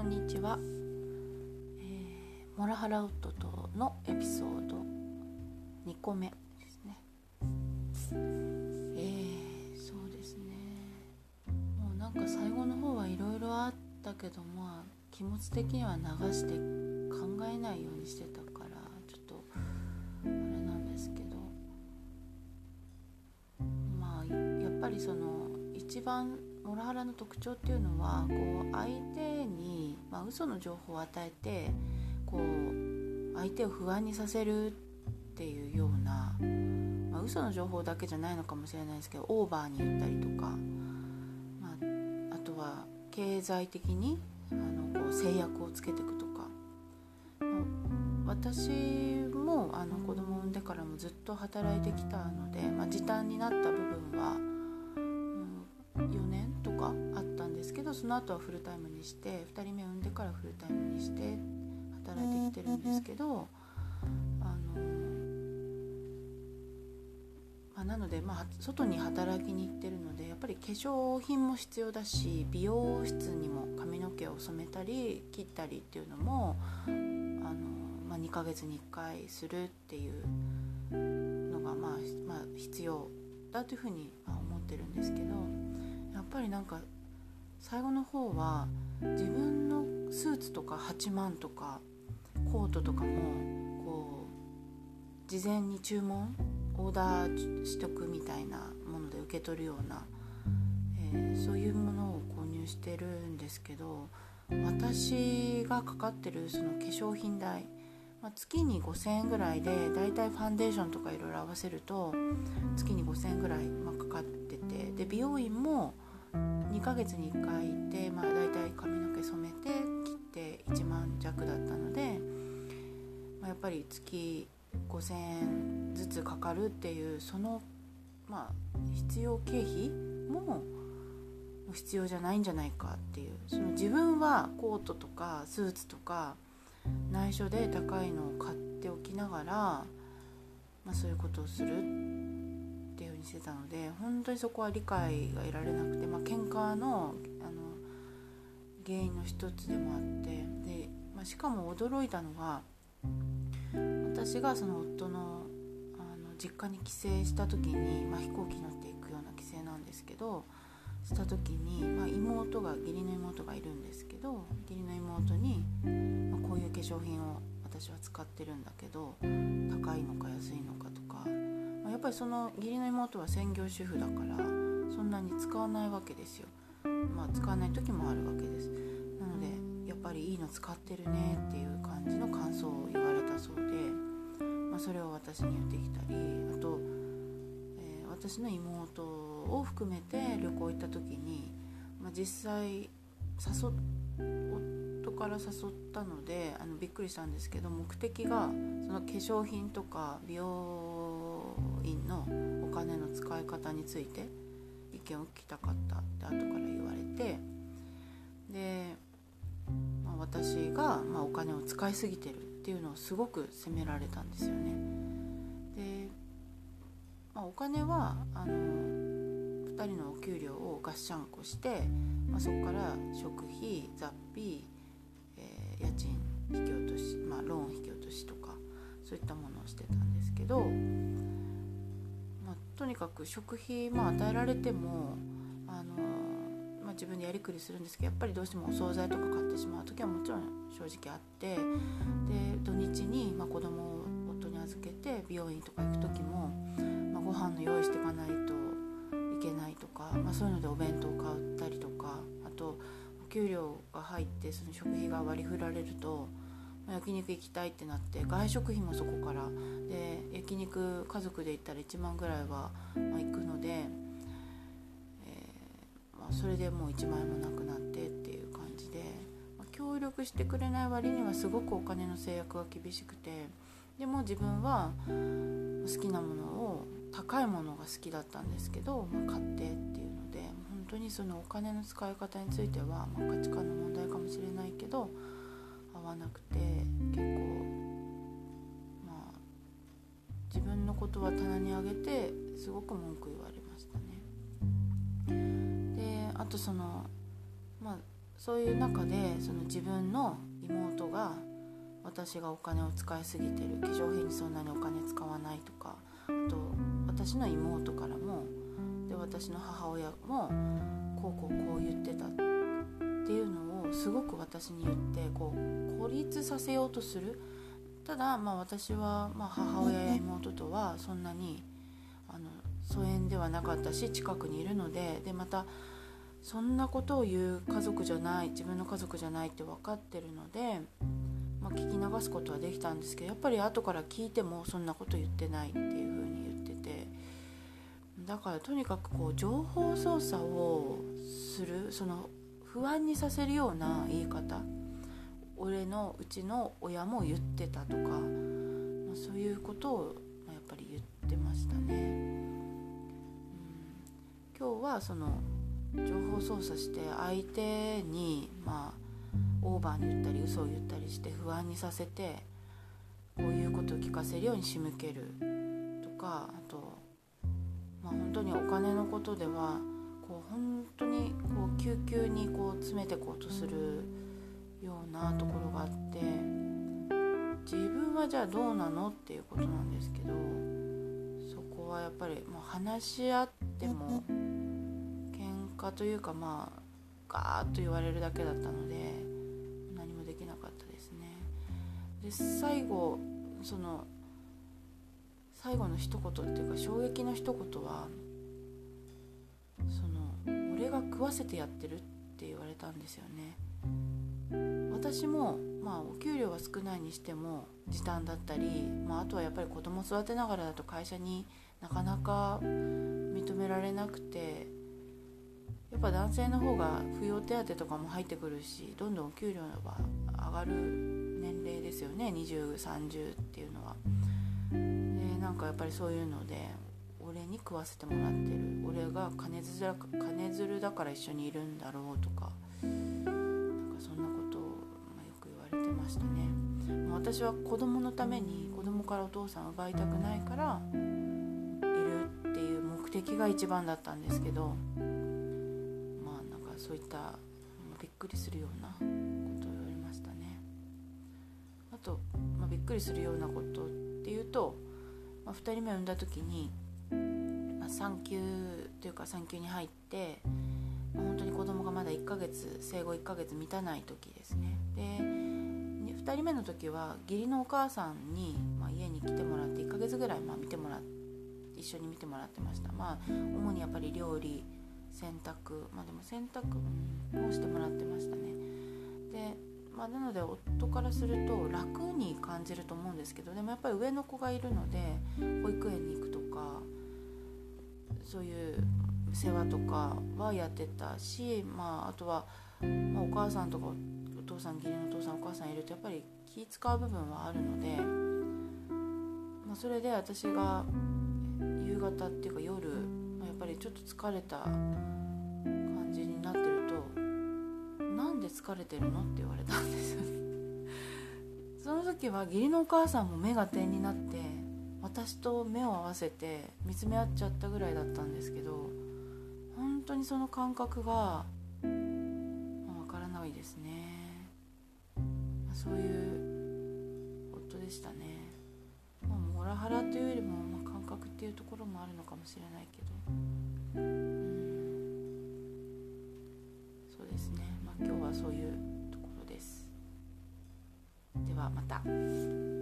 んにちは、モラハラ夫とのエピソード2個目ですね。そうですね、もうなんか最後の方はいろいろあったけど、気持ち的には流して考えないようにしてたからちょっとあれなんですけど、やっぱりその一番モラハラの特徴っていうのは、こう相手に、嘘の情報を与えてこう相手を不安にさせるっていうような、嘘の情報だけじゃないのかもしれないですけど、オーバーに言ったりとか、あとは経済的にこう制約をつけていくとか、私も子供を産んでからもずっと働いてきたので、時短になった部分は、4年とかあったんですけど、その後はフルタイムにして、2人目産んでからフルタイムにして働いてきてるんですけど、なので、外に働きに行ってるので、やっぱり化粧品も必要だし、美容室にも髪の毛を染めたり切ったりっていうのも2ヶ月に1回するっていうのが必要だというふうに思ってるんですけど、やっぱりなんか最後の方は自分のスーツとか8万とかコートとかもこう事前に注文オーダーしとくみたいなもので受け取るような、そういうものを購入してるんですけど、私がかかってるその化粧品代、月に5000円ぐらいで、だいたいファンデーションとかいろいろ合わせると月に5000円ぐらいかかってて、で美容院も2ヶ月に1回行って、だいたい髪の毛染めて切って1万弱だったので、やっぱり月5000円ずつかかるっていう、その必要経費も必要じゃないんじゃないかっていう、その自分はコートとかスーツとか内緒で高いのを買っておきながら、そういうことをするっていう風にしてたので、本当にそこは理解が得られなくて、喧嘩の原因の一つでもあって、で、しかも驚いたのが、私がその夫の実家に帰省した時に、飛行機乗っていくような帰省なんですけど、した時に、義理の妹がいるんですけど、義理の妹に、こういう化粧品を私は使ってるんだけど高いのか安いのかとか、やっぱりその義理の妹は専業主婦だからそんなに使わないわけですよ。使わない時もあるわけです。なのでやっぱりいいの使ってるねっていう感じの感想を言われたそうで、それを私に言ってきたり、あと、私の妹を含めて旅行行った時に、実際夫から誘ったのでびっくりしたんですけど、目的がその化粧品とか美容院のお金の使い方について意見を聞きたかったって後から言われて、で、私がお金を使いすぎてるっていうのをすごく責められたんですよね。で、お金は2人のお給料をガッシャンコして、そこから食費、雑費、家賃引き落とし、ローン引き落としとかそういったものをしてたんですけど、とにかく食費与えられても自分でやりくりするんですけど、やっぱりどうしてもお惣菜とか買ってしまう時はもちろん正直あって、で土日に子供を夫に預けて美容院とか行く時も、ご飯の用意していかないといけないとか、そういうのでお弁当を買ったりとか、あとお給料が入ってその食費が割り振られると、焼肉行きたいってなって外食費もそこからで、焼肉家族で行ったら1万ぐらいは行くので、それでもう1万円もなくなってっていう感じで、協力してくれない割にはすごくお金の制約が厳しくて、でも自分は好きなものを、高いものが好きだったんですけど、買ってっていうので、本当にそのお金の使い方については、価値観の問題かもしれないけど合わなくて、結構自分のことは棚に上げてすごく文句言われましたね。で、あとそのそういう中でその自分の妹が私がお金を使いすぎてる、化粧品にそんなにお金使わないとか、あと私の妹からもで私の母親もこう言ってたっていうのをすごく私に言って孤立させようとする。ただ私は母親や妹とはそんなに疎遠ではなかったし近くにいるので、またそんなことを言う家族じゃない、自分の家族じゃないって分かってるので、聞き流すことはできたんですけど、やっぱり後から聞いてもそんなこと言ってないっていう風に言ってて、だからとにかく情報操作をする、その不安にさせるような言い方、うちの親も言ってたとか、そういうことをやっぱり言ってましたね。今日はその情報操作して相手にオーバーに言ったり嘘を言ったりして不安にさせてこういうことを聞かせるように仕向けるとか、あと、本当にお金のことでは本当に急々に詰めていこうとするようなところがあって、自分はじゃあどうなのっていうことなんですけど、そこはやっぱり話し合っても喧嘩というかガーッと言われるだけだったので何もできなかったですね。で最後の一言っていうか衝撃の一言は俺が食わせてやってるって言われたんですよね。私もお給料は少ないにしても時短だったり、あとはやっぱり子供育てながらだと会社になかなか認められなくて、やっぱ男性の方が扶養手当とかも入ってくるし、どんどんお給料は上がる年齢ですよね、20、30っていうのは。でなんかやっぱりそういうので俺に食わせてもらってる、俺が金づるだから一緒にいるんだろうとか、なんかそんなことをよく言われてましたね。私は子供のために子供からお父さんを奪いたくないからいるっていう目的が一番だったんですけど、なんかそういったびっくりするようなことを言われましたね。あと、びっくりするようなことっていうと、2人目を産んだ時に、産休というか産休に入って、本当に子供がまだ生後1ヶ月満たない時ですね。で2人目の時は義理のお母さんに、家に来てもらって1ヶ月ぐらい一緒に見てもらってました。主にやっぱり料理、洗濯、でも洗濯もしてもらってましたね。でなので夫からすると楽に感じると思うんですけど、でもやっぱり上の子がいるので保育園に行くとかそういう世話とかはやってたし、あとは、お母さんとかお父さん、義理のお父さんお母さんいるとやっぱり気使う部分はあるので、それで私が夕方っていうか夜、やっぱりちょっと疲れた感じになってると、なんで疲れてるのって言われたんですよね。その時は義理のお母さんも目が点になって私と目を合わせて見つめ合っちゃったぐらいだったんですけど、本当にその感覚がわからないですね。そういう夫でしたね。モラハラというよりも、感覚っていうところもあるのかもしれないけど、そうですね。今日はそういうところです。ではまた。